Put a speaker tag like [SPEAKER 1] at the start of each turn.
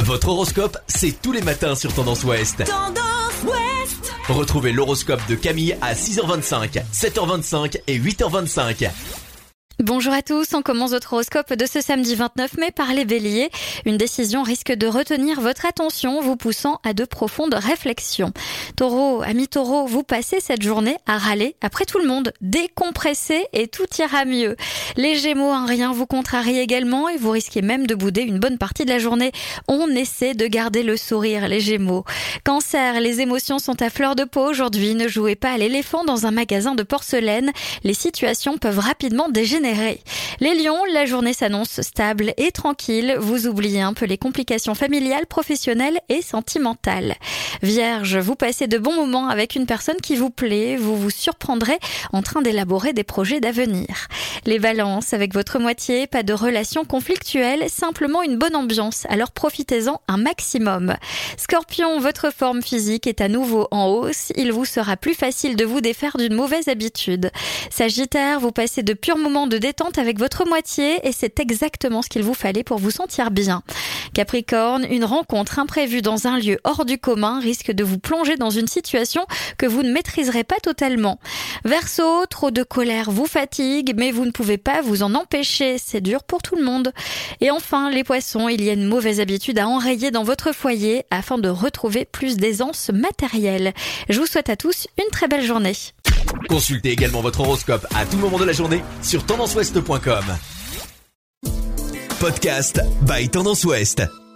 [SPEAKER 1] Votre horoscope, c'est tous les matins sur Tendance Ouest.
[SPEAKER 2] Tendance Ouest.
[SPEAKER 1] Retrouvez l'horoscope de Camille à 6h25, 7h25 et 8h25.
[SPEAKER 3] Bonjour à tous, on commence votre horoscope de ce samedi 29 mai par les béliers. Une décision risque de retenir votre attention, vous poussant à de profondes réflexions. Taureau, amis taureau, vous passez cette journée à râler après tout le monde, décompressez et tout ira mieux. Les gémeaux, un rien vous contrarie également et vous risquez même de bouder une bonne partie de la journée. On essaie de garder le sourire, les gémeaux. Cancer, les émotions sont à fleur de peau aujourd'hui, ne jouez pas à l'éléphant dans un magasin de porcelaine, les situations peuvent rapidement dégénérer. Les lions, la journée s'annonce stable et tranquille. Vous oubliez un peu les complications familiales, professionnelles et sentimentales. Vierge, vous passez de bons moments avec une personne qui vous plaît. Vous vous surprendrez en train d'élaborer des projets d'avenir. Les balances, avec votre moitié, pas de relations conflictuelles, simplement une bonne ambiance. Alors profitez-en un maximum. Scorpion, votre forme physique est à nouveau en hausse. Il vous sera plus facile de vous défaire d'une mauvaise habitude. Sagittaire, vous passez de purs moments de détente avec votre moitié et c'est exactement ce qu'il vous fallait pour vous sentir bien. Capricorne, une rencontre imprévue dans un lieu hors du commun risque de vous plonger dans une situation que vous ne maîtriserez pas totalement. Verseau, trop de colère vous fatigue, mais vous ne pouvez pas vous en empêcher, c'est dur pour tout le monde. Et enfin, les poissons, il y a une mauvaise habitude à enrayer dans votre foyer afin de retrouver plus d'aisance matérielle. Je vous souhaite à tous une très belle journée.
[SPEAKER 1] Consultez également votre horoscope à tout moment de la journée sur tendanceouest.com. Podcast by Tendance Ouest.